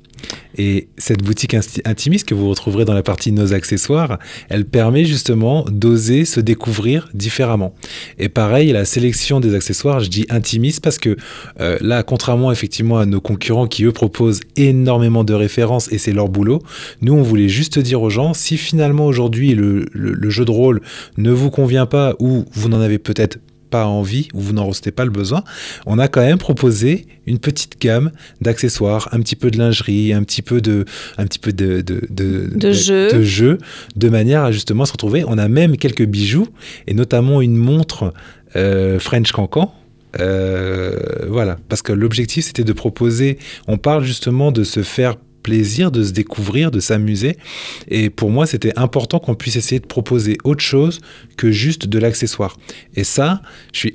Et cette boutique insti- intimiste que vous retrouverez dans la partie Nos accessoires, elle permet justement d'oser se découvrir différemment. Et pareil, la sélection des accessoires, je dis intimiste parce que euh, là, contrairement effectivement à nos concurrents qui eux proposent énormément de références et c'est leur boulot, nous on voulait juste dire aux gens, si finalement aujourd'hui le, le, le jeu de rôle ne vous convient pas ou vous n'en avez peut-être pas envie ou vous n'en ressentez pas le besoin, on a quand même proposé une petite gamme d'accessoires, un petit peu de lingerie, un petit peu de, un petit peu de, de, de, De jeux. de jeux, de manière à justement se retrouver. On a même quelques bijoux et notamment une montre euh, French Cancan. Euh, voilà, parce que l'objectif c'était de proposer, on parle justement de se faire plaisir, de se découvrir, de s'amuser. Et pour moi, c'était important qu'on puisse essayer de proposer autre chose que juste de l'accessoire. Et ça, je suis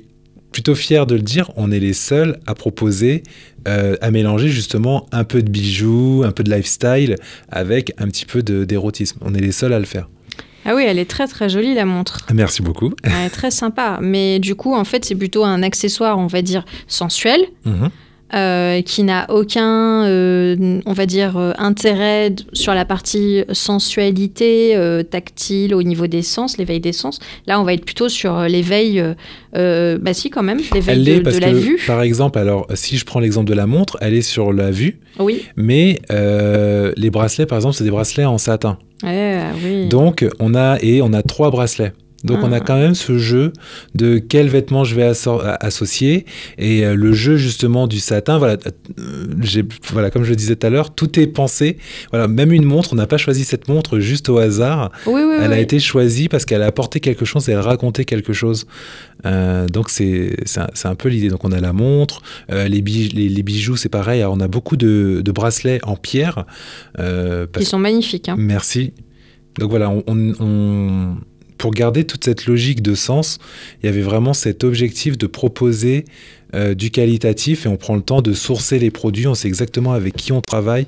plutôt fier de le dire, on est les seuls à proposer, euh, à mélanger justement un peu de bijoux, un peu de lifestyle avec un petit peu de, d'érotisme. On est les seuls à le faire. Ah oui, elle est très très jolie la montre. Merci beaucoup. Elle est très sympa. Mais du coup, en fait, c'est plutôt un accessoire, on va dire, sensuel. Mmh. Euh, qui n'a aucun, euh, on va dire, euh, intérêt d- sur la partie sensualité, euh, tactile, au niveau des sens, l'éveil des sens. Là, on va être plutôt sur euh, l'éveil, euh, euh, bah si quand même, l'éveil Elle de, l'est parce de la que, vue. par exemple, alors si je prends l'exemple de la montre, elle est sur la vue, Oui. mais euh, les bracelets, par exemple, c'est des bracelets en satin. Ouais, oui. Donc, on a, et on a trois bracelets. Donc, Ah. on a quand même ce jeu de quels vêtements je vais asso- associer. Et euh, le jeu, justement, du satin, voilà, euh, j'ai, voilà, comme je le disais tout à l'heure, tout est pensé. Voilà, même une montre, on n'a pas choisi cette montre juste au hasard. Oui, oui, Elle oui. a été choisie parce qu'elle a apporté quelque chose et elle racontait quelque chose. Euh, donc, c'est, c'est, un, c'est un peu l'idée. Donc, on a la montre, euh, les, bij- les, les bijoux, c'est pareil. Alors, on a beaucoup de, de bracelets en pierre. Euh, Qui parce- sont magnifiques. Hein. Merci. Donc, voilà, on... on, on pour garder toute cette logique de sens, il y avait vraiment cet objectif de proposer euh, du qualitatif et on prend le temps de sourcer les produits, on sait exactement avec qui on travaille.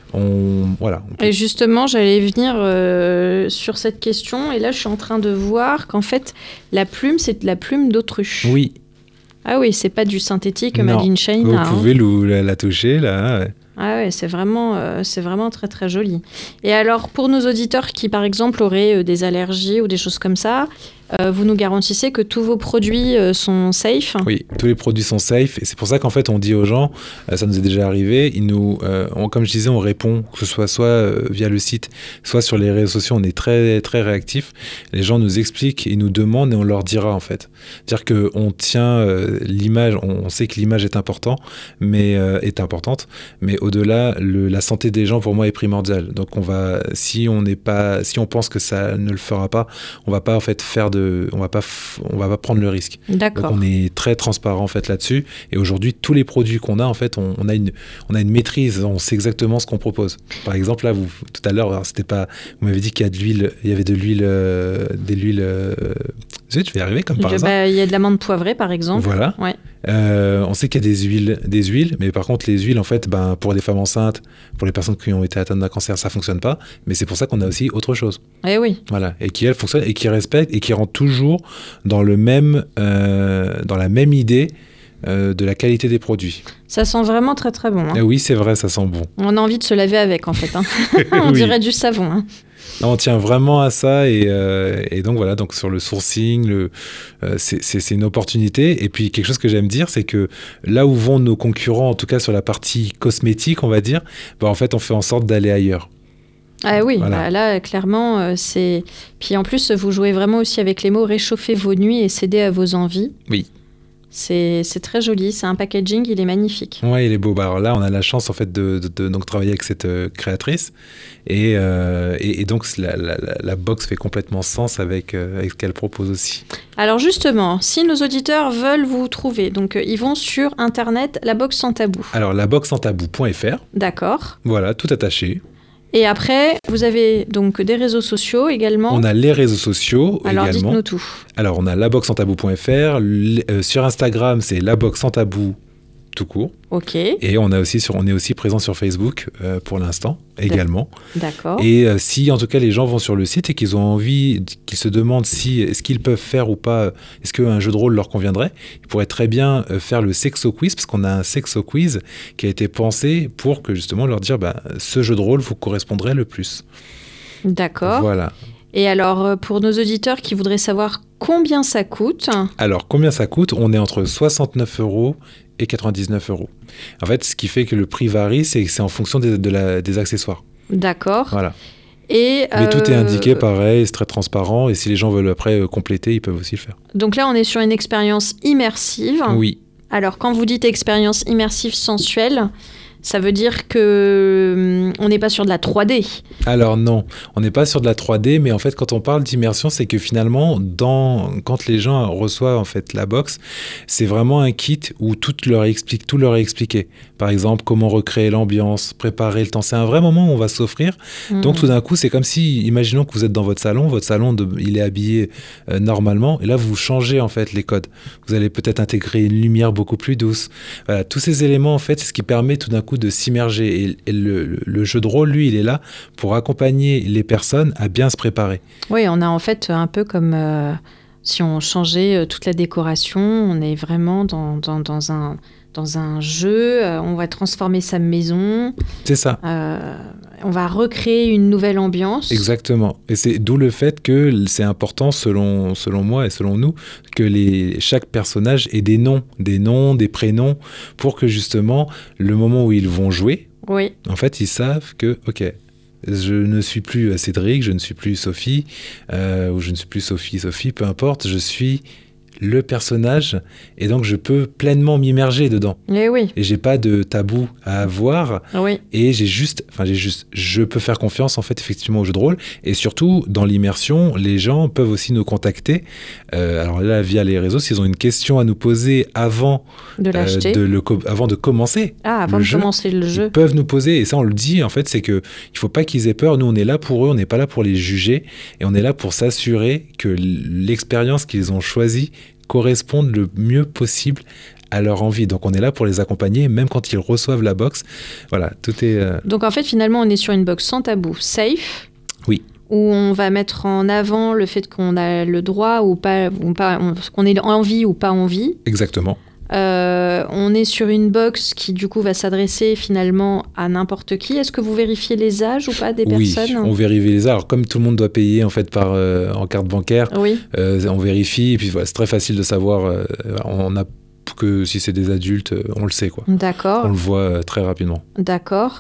On, voilà, on peut- Et justement, j'allais venir euh, sur cette question. Et là, je suis en train de voir qu'en fait, la plume, c'est de la plume d'autruche. Oui, Ah oui, c'est pas du synthétique Non. made in China. vous hein. pouvez lou- la, la toucher là. Ouais. Ah ouais, c'est vraiment, euh, c'est vraiment très très joli. Et alors, pour nos auditeurs qui, par exemple, auraient euh, des allergies ou des choses comme ça, euh, vous nous garantissez que tous vos produits euh, sont safe. Oui, tous les produits sont safe et c'est pour ça qu'en fait on dit aux gens, euh, ça nous est déjà arrivé, ils nous, euh, on- comme je disais, on répond que ce soit soit euh, via le site, soit sur les réseaux sociaux, on est très très réactif. Les gens nous expliquent, ils nous demandent et on leur dira en fait. C'est-à-dire que on tient euh, l'image, on, on sait que l'image est important, mais euh, est importante, mais au-delà, le, la santé des gens pour moi est primordiale. Donc on va, si on n'est pas, si on pense que ça ne le fera pas, on va pas en fait faire de, on va pas, f- on va pas prendre le risque. Donc D'accord. on est très transparent en fait là-dessus. Et aujourd'hui, tous les produits qu'on a en fait, on, on a une, on a une maîtrise. On sait exactement ce qu'on propose. Par exemple là, vous tout à l'heure, alors, c'était pas, vous m'avez dit qu'il y a de l'huile, il y avait de l'huile, euh, des l'huile. Euh, zut, je vais y arriver comme par Je- hasard. bah, il y a de l'amande poivrée, par exemple. Voilà. Ouais. Euh, on sait qu'il y a des huiles, des huiles, mais par contre les huiles en fait, ben pour les femmes enceintes, pour les personnes qui ont été atteintes d'un cancer, ça fonctionne pas. Mais c'est pour ça qu'on a aussi autre chose. Eh oui. Voilà, et qui elle fonctionne et qui respecte et qui rentre toujours dans le même, euh, dans la même idée euh, de la qualité des produits. Ça sent vraiment très très bon. hein. Et oui, c'est vrai, ça sent bon. On a envie de se laver avec, en fait. hein. On Oui. dirait du savon. hein. Non, on tient vraiment à ça et, euh, et donc voilà, donc sur le sourcing, le, euh, c'est, c'est, c'est une opportunité. Et puis quelque chose que j'aime dire, c'est que là où vont nos concurrents, en tout cas sur la partie cosmétique, on va dire, bah, en fait, on fait en sorte d'aller ailleurs. Ah oui, Voilà. bah là, clairement, euh, c'est... Puis en plus, vous jouez vraiment aussi avec les mots « réchauffer vos nuits et céder à vos envies ». Oui. C'est, c'est très joli, c'est un packaging, il est magnifique. Ouais, il est beau. Bah, alors là, on a la chance en fait de, de, de donc travailler avec cette euh, créatrice et, euh, et, et donc la, la, la, la box fait complètement sens avec, euh, avec ce qu'elle propose aussi. Alors justement, si nos auditeurs veulent vous trouver, donc euh, ils vont sur Internet, la box sans tabou. Alors la box sans tabou point f r, D'accord. voilà, tout attaché. Et après, vous avez donc des réseaux sociaux également. On a les réseaux sociaux Alors également. dites-nous tout. Alors on a la box sans tabou point f r, l- euh, sur Instagram c'est la box sans tabou tout court. Ok, Et on, a aussi sur, on est aussi présent sur Facebook euh, pour l'instant également. d'accord. Et euh, si en tout cas les gens vont sur le site et qu'ils ont envie, qu'ils se demandent si est-ce qu'ils peuvent faire ou pas, est-ce qu'un jeu de rôle leur conviendrait, ils pourraient très bien euh, faire le sexo quiz parce qu'on a un sexo quiz qui a été pensé pour que justement leur dire bah, ce jeu de rôle vous correspondrait le plus. D'accord. Voilà. Et alors, euh, pour nos auditeurs qui voudraient savoir combien ça coûte, Alors combien ça coûte? On est entre soixante-neuf euros et quatre-vingt-dix-neuf euros. En fait, ce qui fait que le prix varie, c'est que c'est en fonction des, de la, des accessoires. d'accord. Voilà. Et, Mais tout est euh, indiqué pareil, c'est très transparent. Et si les gens veulent après euh, compléter, ils peuvent aussi le faire. Donc là, on est sur une expérience immersive. Oui. Alors, quand vous dites expérience immersive sensuelle, Ça veut dire que hum, on n'est pas sur de la trois D. Alors non, on n'est pas sur de la trois D, mais en fait, quand on parle d'immersion, c'est que finalement, dans, quand les gens reçoivent en fait la box, c'est vraiment un kit où tout leur explique, tout leur est expliqué. Par exemple, comment recréer l'ambiance, préparer le temps. C'est un vrai moment où on va s'offrir. Mmh. Donc tout d'un coup, c'est comme si, imaginons que vous êtes dans votre salon, votre salon, de, il est habillé euh, normalement, et là, vous changez en fait les codes. Vous allez peut-être intégrer une lumière beaucoup plus douce. Voilà, tous ces éléments, en fait, c'est ce qui permet tout d'un coup de s'immerger. Et, et le, le jeu de rôle, lui, il est là pour accompagner les personnes à bien se préparer. Oui, on a en fait un peu comme euh, si on changeait toute la décoration, on est vraiment dans, dans, dans, un, dans un jeu, euh, on va transformer sa maison. C'est ça. Euh, on va recréer une nouvelle ambiance. Exactement. Et c'est d'où le fait que c'est important, selon, selon moi et selon nous, que les, chaque personnage ait des noms, des noms, des prénoms, pour que justement, le moment où ils vont jouer, oui. en fait, ils savent que, ok, je ne suis plus Cédric, je ne suis plus Sophie, euh, ou je ne suis plus Sophie, Sophie, peu importe, je suis le personnage, et donc je peux pleinement m'immerger dedans. Et oui. Et j'ai pas de tabou à avoir. Oui. Et j'ai juste, enfin j'ai juste, je peux faire confiance en fait effectivement au jeu de rôle. Et surtout dans l'immersion, les gens peuvent aussi nous contacter. Euh, alors là via les réseaux, s'ils ont une question à nous poser avant de l'acheter, euh, de le, avant de commencer. Ah, avant le de jeu, commencer le jeu. Ils peuvent nous poser, et ça on le dit en fait, c'est que il faut pas qu'ils aient peur. Nous on est là pour eux, on n'est pas là pour les juger, et on est là pour s'assurer que l'expérience qu'ils ont choisie correspondent le mieux possible à leur envie. Donc on est là pour les accompagner, même quand ils reçoivent la box. Voilà, tout est... Euh... Donc en fait, finalement, on est sur une box sans tabou, safe. Oui. Où on va mettre en avant le fait qu'on a le droit ou pas, ou pas on, qu'on ait envie ou pas envie. Exactement. Euh, on est sur une box qui du coup va s'adresser finalement à n'importe qui. Est-ce que vous vérifiez les âges ou pas des oui, personnes ? Oui, on vérifie les âges. Alors, comme tout le monde doit payer en fait par euh, en carte bancaire, oui. euh, on vérifie. Et puis voilà, c'est très facile de savoir. Euh, on a que si c'est des adultes, on le sait quoi. D'accord. On le voit euh, très rapidement. D'accord.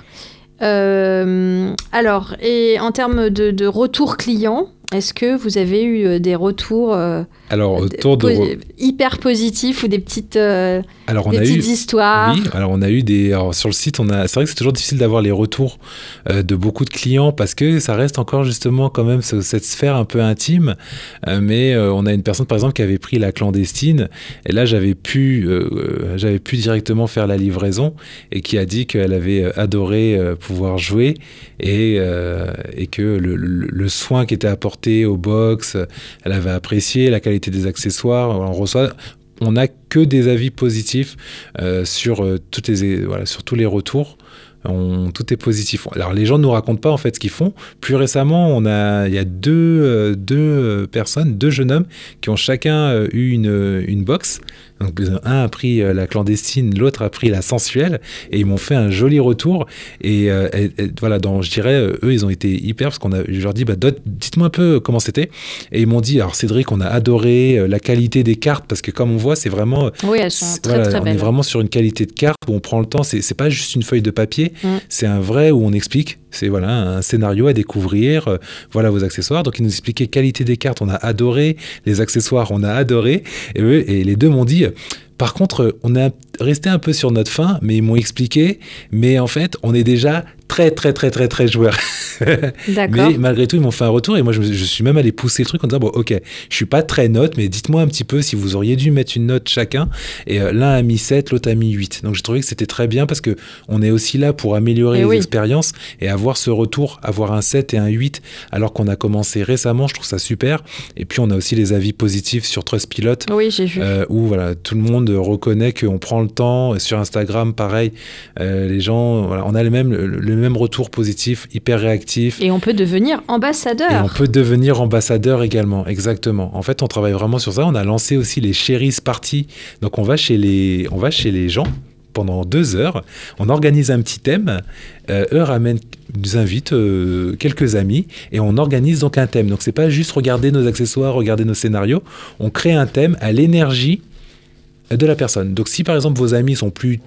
Euh, alors, et en termes de, de retour client, est-ce que vous avez eu des retours euh, alors, autour de... po- hyper positifs ou des petites, euh, alors, on des a petites eu... histoires ? Oui, alors on a eu des... Alors, sur le site, on a... c'est vrai que c'est toujours difficile d'avoir les retours euh, de beaucoup de clients parce que ça reste encore justement quand même ce, cette sphère un peu intime. Euh, mais euh, on a une personne, par exemple, qui avait pris la clandestine. Et là, j'avais pu, euh, j'avais pu directement faire la livraison et qui a dit qu'elle avait adoré euh, pouvoir jouer et, euh, et que le, le, le soin qui était apporté au box, elle avait apprécié la qualité des accessoires. On reçoit, on n'a que des avis positifs euh, sur euh, toutes les, voilà, sur tous les retours. On, tout est positif. Alors les gens ne nous racontent pas en fait ce qu'ils font. Plus récemment, on a, il y a deux, euh, deux personnes, deux jeunes hommes qui ont chacun euh, eu une, une box. Donc, un a pris euh, la clandestine, l'autre a pris la sensuelle, et ils m'ont fait un joli retour. Et, euh, et, et voilà, dans, je dirais, euh, eux, ils ont été hyper parce qu'on a, je leur dis, bah, dites-moi un peu comment c'était. Et ils m'ont dit, alors Cédric, on a adoré euh, la qualité des cartes parce que comme on voit, c'est vraiment, oui, elles sont très, voilà, très on belles. est vraiment sur une qualité de carte où on prend le temps. C'est, c'est pas juste une feuille de papier, mmh. c'est un vrai où on explique. C'est voilà un scénario à découvrir. Euh, voilà vos accessoires. Donc ils nous expliquaient qualité des cartes, on a adoré. Les accessoires, on a adoré. Et, eux, et les deux m'ont dit. Par contre, on est resté un peu sur notre faim, mais ils m'ont expliqué. Mais en fait, on est déjà très, très, très, très, très joueurs. D'accord. Mais malgré tout, ils m'ont fait un retour et moi, je, je suis même allé pousser le truc en disant, bon, ok, je suis pas très note, mais dites-moi un petit peu si vous auriez dû mettre une note chacun. Et euh, l'un a mis sept, l'autre a mis huit. Donc, j'ai trouvé que c'était très bien parce que on est aussi là pour améliorer et les oui. expériences et avoir ce retour, avoir un sept et un huit, alors qu'on a commencé récemment, je trouve ça super. Et puis, on a aussi les avis positifs sur Trustpilot. Oui, j'ai vu. Euh, où, voilà, tout le monde reconnaît qu'on prend le temps. Et sur Instagram, pareil, euh, les gens, voilà, on a le même, le, le même retour positif, hyper réactif. Et on peut devenir ambassadeur. Et on peut devenir ambassadeur également, exactement. En fait, on travaille vraiment sur ça. On a lancé aussi les Cheris Party. Donc, on va chez les, on va chez les gens pendant deux heures. On organise un petit thème. Euh, eux ramènent, nous invitent euh, quelques amis et on organise donc un thème. Donc, c'est pas juste regarder nos accessoires, regarder nos scénarios. On crée un thème à l'énergie de la personne. Donc, si par exemple vos amis sont plus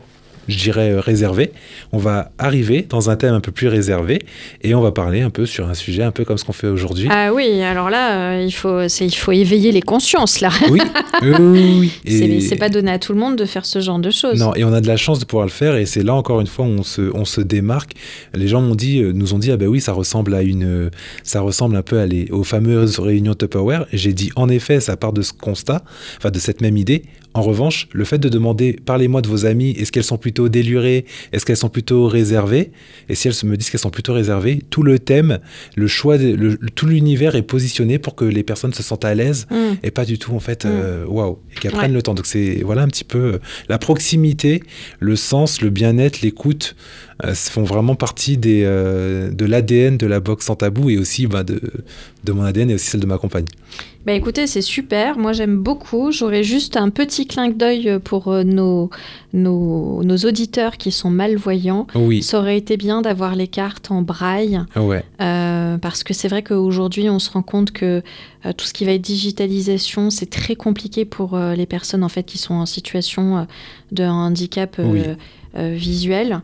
je dirais, euh, réservé. On va arriver dans un thème un peu plus réservé et on va parler un peu sur un sujet un peu comme ce qu'on fait aujourd'hui. Ah oui, alors là, euh, il, faut, c'est, il faut éveiller les consciences, là. Oui, oui, oui, oui. Et... C'est, c'est pas donné à tout le monde de faire ce genre de choses. Non, et on a de la chance de pouvoir le faire et c'est là encore une fois où on se, on se démarque. Les gens m'ont dit, nous ont dit, ah ben oui, ça ressemble à une, ça ressemble un peu à les, aux fameuses réunions Tupperware. Et j'ai dit, en effet, ça part de ce constat, enfin de cette même idée. En revanche, le fait de demander, parlez-moi de vos amis, est-ce qu'elles sont plutôt délurées, est-ce qu'elles sont plutôt réservées? Et si elles me disent qu'elles sont plutôt réservées, tout le thème, le choix, de, le, tout l'univers est positionné pour que les personnes se sentent à l'aise mmh. et pas du tout en fait, waouh, mmh. wow, et qu'elles ouais. prennent le temps. Donc c'est voilà un petit peu euh, la proximité, le sens, le bien-être, l'écoute euh, font vraiment partie des, euh, de l'A D N de la boxe sans tabou et aussi bah, de, de mon A D N et aussi celle de ma compagne. Bah écoutez, c'est super. Moi, j'aime beaucoup. J'aurais juste un petit clin d'œil pour euh, nos, nos, nos auditeurs qui sont malvoyants. Oui. Ça aurait été bien d'avoir les cartes en braille. Ouais. Euh, parce que c'est vrai qu'aujourd'hui, on se rend compte que euh, tout ce qui va être digitalisation, c'est très compliqué pour euh, les personnes en fait, qui sont en situation euh, de handicap euh, oui. euh, visuel.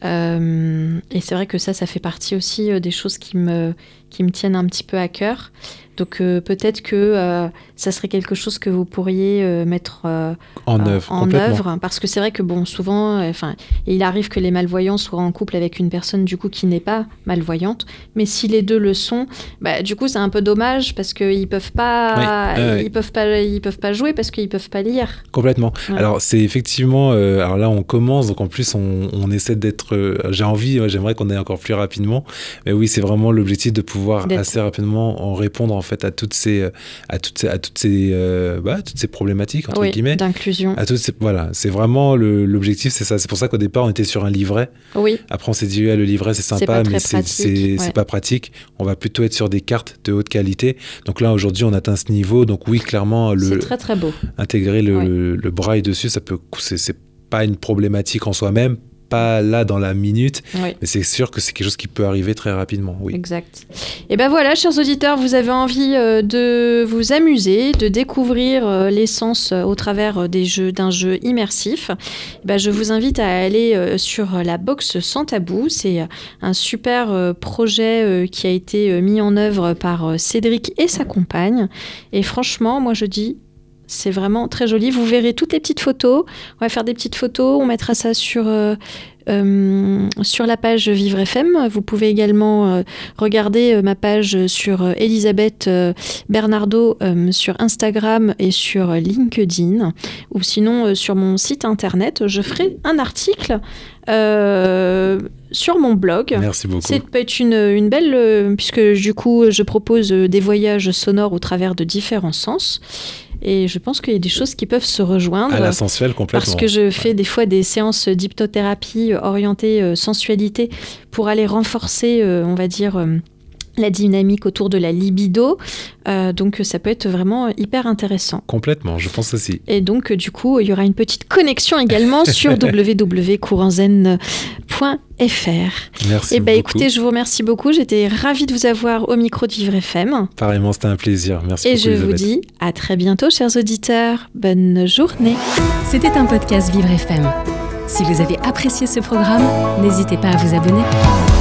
Euh, et c'est vrai que ça, ça fait partie aussi euh, des choses qui me, qui me tiennent un petit peu à cœur. Donc euh, peut-être que euh, ça serait quelque chose que vous pourriez euh, mettre euh, en œuvre, en œuvre, parce que c'est vrai que bon, souvent, enfin, euh, il arrive que les malvoyants soient en couple avec une personne du coup qui n'est pas malvoyante, mais si les deux le sont, bah, du coup c'est un peu dommage parce qu'ils peuvent pas, oui, euh, ils peuvent pas, ils peuvent pas jouer parce qu'ils peuvent pas lire. Complètement. Ouais. Alors c'est effectivement, euh, alors là on commence, donc en plus on, on essaie d'être, euh, j'ai envie, ouais, j'aimerais qu'on aille encore plus rapidement, mais oui c'est vraiment l'objectif de pouvoir d'être... assez rapidement en répondre en fait à toutes ces, à toutes ces, à toutes ces, euh, bah, toutes ces problématiques entre oui, guillemets, d'inclusion. À toutes ces, voilà, c'est vraiment le, l'objectif, c'est ça. C'est pour ça qu'au départ on était sur un livret. Oui. Après on s'est dit ouais, le livret c'est sympa, c'est mais c'est, c'est, ouais. c'est pas pratique. On va plutôt être sur des cartes de haute qualité. Donc là aujourd'hui on atteint ce niveau. Donc oui clairement le. C'est très très beau. Intégrer le, ouais. le, le braille dessus, ça peut, c'est, c'est pas une problématique en soi-même. Pas là dans la minute, oui. mais c'est sûr que c'est quelque chose qui peut arriver très rapidement. Oui. Exact. Et ben voilà, chers auditeurs, vous avez envie euh, de vous amuser, de découvrir euh, l'essence euh, au travers des jeux, d'un jeu immersif. Ben, je vous invite à aller euh, sur la boxe sans tabou. C'est un super euh, projet euh, qui a été euh, mis en œuvre par euh, Cédric et sa compagne. Et franchement, moi je dis... c'est vraiment très joli. Vous verrez toutes les petites photos. On va faire des petites photos. On mettra ça sur, euh, euh, sur la page Vivre F M. Vous pouvez également euh, regarder euh, ma page sur euh, Elisabeth euh, Bernardo euh, sur Instagram et sur LinkedIn. Ou sinon, euh, sur mon site internet, je ferai un article euh, sur mon blog. Merci beaucoup. C'est peut être une, une belle... Euh, puisque du coup, je propose euh, des voyages sonores au travers de différents sens. Et je pense qu'il y a des choses qui peuvent se rejoindre. À la sensuelle, complètement. Parce que je fais ouais. des fois des séances d'hypnothérapie orientées euh, sensualité pour aller renforcer, euh, on va dire, euh, la dynamique autour de la libido. Euh, donc ça peut être vraiment hyper intéressant. Complètement, je pense aussi. Et donc du coup, il y aura une petite connexion également sur w w w point courant zen point f r. Merci et ben, beaucoup. Écoutez, je vous remercie beaucoup. J'étais ravie de vous avoir au micro de Vivre F M. Pareillement, c'était un plaisir. Merci et beaucoup, je Elisabeth. vous dis à très bientôt, chers auditeurs. Bonne journée. C'était un podcast Vivre F M. Si vous avez apprécié ce programme, n'hésitez pas à vous abonner.